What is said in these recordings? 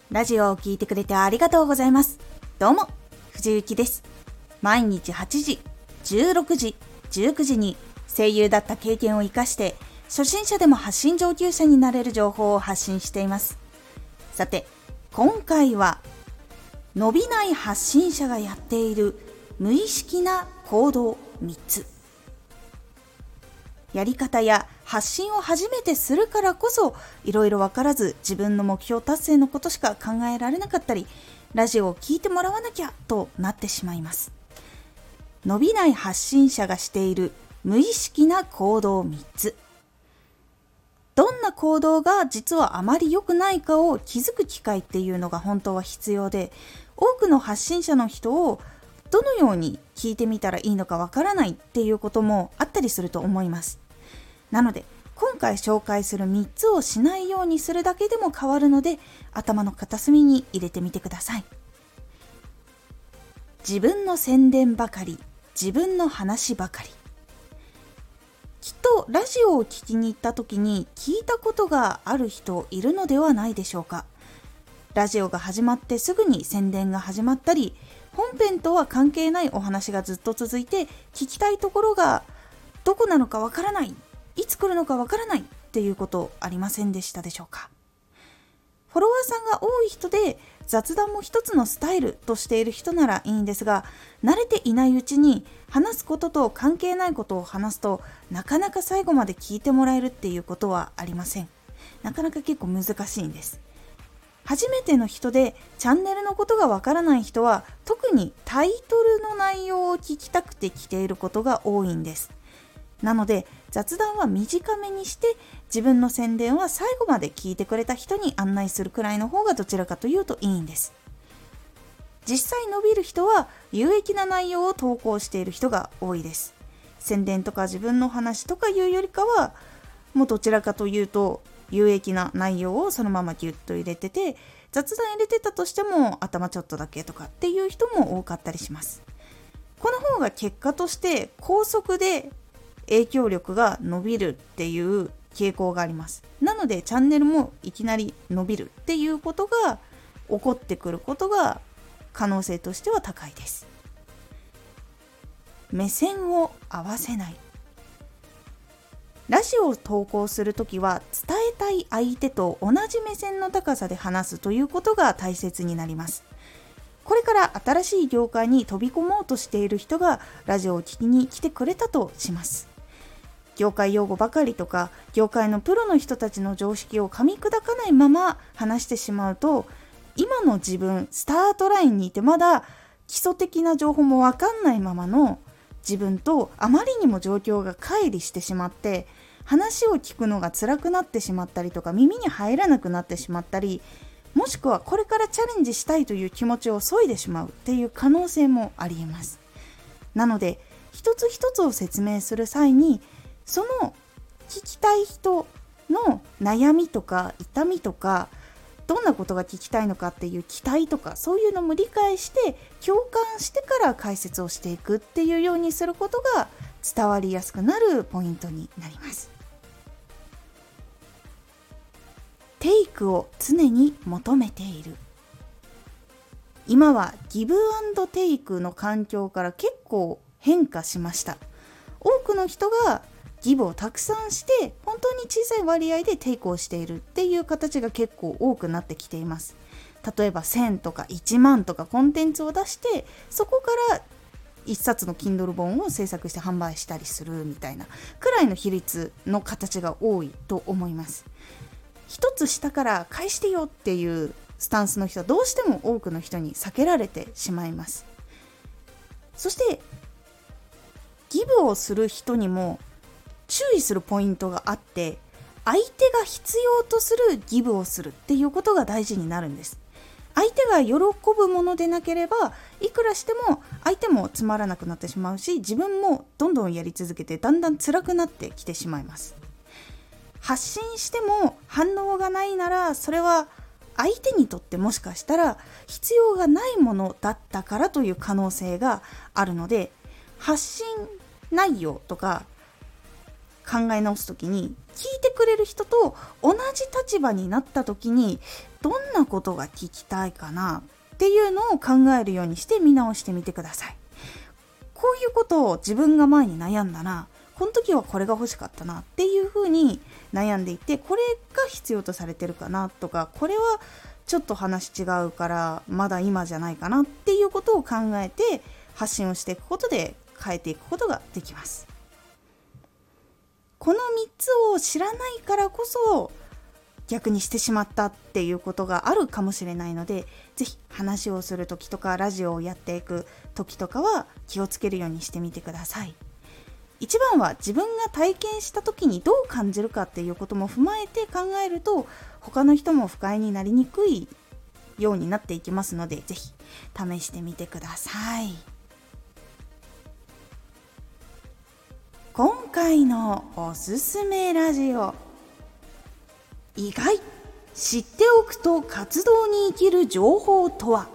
ラジオを聞いてくれてありがとうございます。どうも、藤幸です。毎日8時、16時、19時に声優だった経験を生かして初心者でも発信上級者になれる情報を発信しています。さて、今回は伸びない発信者がやっている無意識な行動3つ。やり方や発信を初めてするからこそいろいろ分からず自分の目標達成のことしか考えられなかったり、ラジオを聞いてもらわなきゃとなってしまいます。伸びない発信者がしている無意識な行動3つ。どんな行動が実はあまり良くないかを気づく機会っていうのが本当は必要で、多くの発信者の人をどのように聞いてみたらいいのかわからないっていうこともあったりすると思います。なので今回紹介する3つをしないようにするだけでも変わるので、頭の片隅に入れてみてください。自分の宣伝ばかり、自分の話ばかり。きっとラジオを聞きに行った時に聞いたことがある人いるのではないでしょうか。ラジオが始まってすぐに宣伝が始まったり、本編とは関係ないお話がずっと続いて、聞きたいところがどこなのかわからない、いつ来るのかわからないっていうことありませんでしたでしょうか。フォロワーさんが多い人で雑談も一つのスタイルとしている人ならいいんですが、慣れていないうちに話すことと関係ないことを話すと、なかなか最後まで聞いてもらえるっていうことはありません。なかなか結構難しいんです。初めての人でチャンネルのことがわからない人は、特にタイトルの内容を聞きたくて来ていることが多いんです。なので雑談は短めにして、自分の宣伝は最後まで聞いてくれた人に案内するくらいの方がどちらかというといいんです。実際伸びる人は有益な内容を投稿している人が多いです。宣伝とか自分の話とかいうよりかは、もうどちらかというと有益な内容をそのままギュッと入れてて、雑談入れてたとしても頭ちょっとだけとかっていう人も多かったりします。この方が結果として高速で影響力が伸びるっていう傾向があります。なのでチャンネルもいきなり伸びるっていうことが起こってくることが可能性としては高いです。目線を合わせない。ラジオを投稿するときは、伝えたい相手と同じ目線の高さで話すということが大切になります。これから新しい業界に飛び込もうとしている人がラジオを聞きに来てくれたとします。業界用語ばかりとか、業界のプロの人たちの常識を噛み砕かないまま話してしまうと、今の自分、スタートラインにいてまだ基礎的な情報もわかんないままの自分とあまりにも状況が乖離してしまって、話を聞くのが辛くなってしまったりとか、耳に入らなくなってしまったり、もしくはこれからチャレンジしたいという気持ちを削いでしまうっていう可能性もありえます。なので一つ一つを説明する際に、その聞きたい人の悩みとか痛みとか、どんなことが聞きたいのかっていう期待とか、そういうのも理解して共感してから解説をしていくっていうようにすることが伝わりやすくなるポイントになります。テイクを常に求めている。今はギブアンドテイクの環境から結構変化しました。多くの人がギブをたくさんして、本当に小さい割合でテイクをしているっていう形が結構多くなってきています。例えば1000とか1万とかコンテンツを出して、そこから1冊の Kindle 本を制作して販売したりするみたいなくらいの比率の形が多いと思います。一つ下から返してよっていうスタンスの人はどうしても多くの人に避けられてしまいます。そしてギブをする人にも注意するポイントがあって、相手が必要とするギブをするっていうことが大事になるんです。相手が喜ぶものでなければ、いくらしても相手もつまらなくなってしまうし、自分もどんどんやり続けてだんだん辛くなってきてしまいます。発信しても反応がないなら、それは相手にとってもしかしたら必要がないものだったからという可能性があるので、発信内容とか考え直すときに、聞いてくれる人と同じ立場になったときにどんなことが聞きたいかなっていうのを考えるようにして見直してみてください。こういうことを自分が前に悩んだな、この時はこれが欲しかったなっていうふうに悩んでいて、これが必要とされてるかなとか、これはちょっと話違うからまだ今じゃないかなっていうことを考えて発信をしていくことで変えていくことができます。この3つを知らないからこそ逆にしてしまったっていうことがあるかもしれないので、ぜひ話をする時とかラジオをやっていく時とかは気をつけるようにしてみてください。一番は自分が体験した時にどう感じるかっていうことも踏まえて考えると、他の人も不快になりにくいようになっていきますので、ぜひ試してみてください。今回のおすすめラジオ、意外、知っておくと活動に生きる情報とは。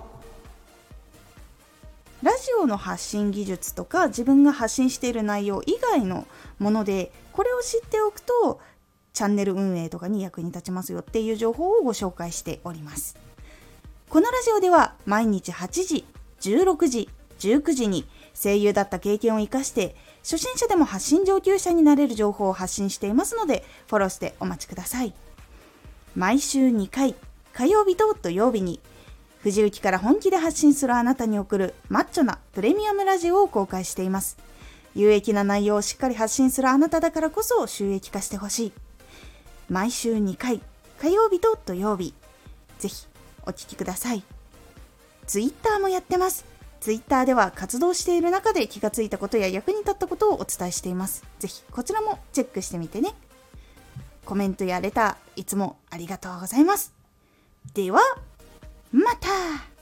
ラジオの発信技術とか自分が発信している内容以外のもので、これを知っておくとチャンネル運営とかに役に立ちますよっていう情報をご紹介しております。このラジオでは毎日8時、16時、19時に声優だった経験を生かして初心者でも発信上級者になれる情報を発信していますので、フォローしてお待ちください。毎週2回、火曜日と土曜日に藤雪から本気で発信するあなたに送るマッチョなプレミアムラジオを公開しています。有益な内容をしっかり発信するあなただからこそ収益化してほしい。毎週2回、火曜日と土曜日、ぜひお聞きください。ツイッターもやってます。ツイッターでは活動している中で気がついたことや役に立ったことをお伝えしています。ぜひこちらもチェックしてみてね。コメントやレターいつもありがとうございます。ではまた。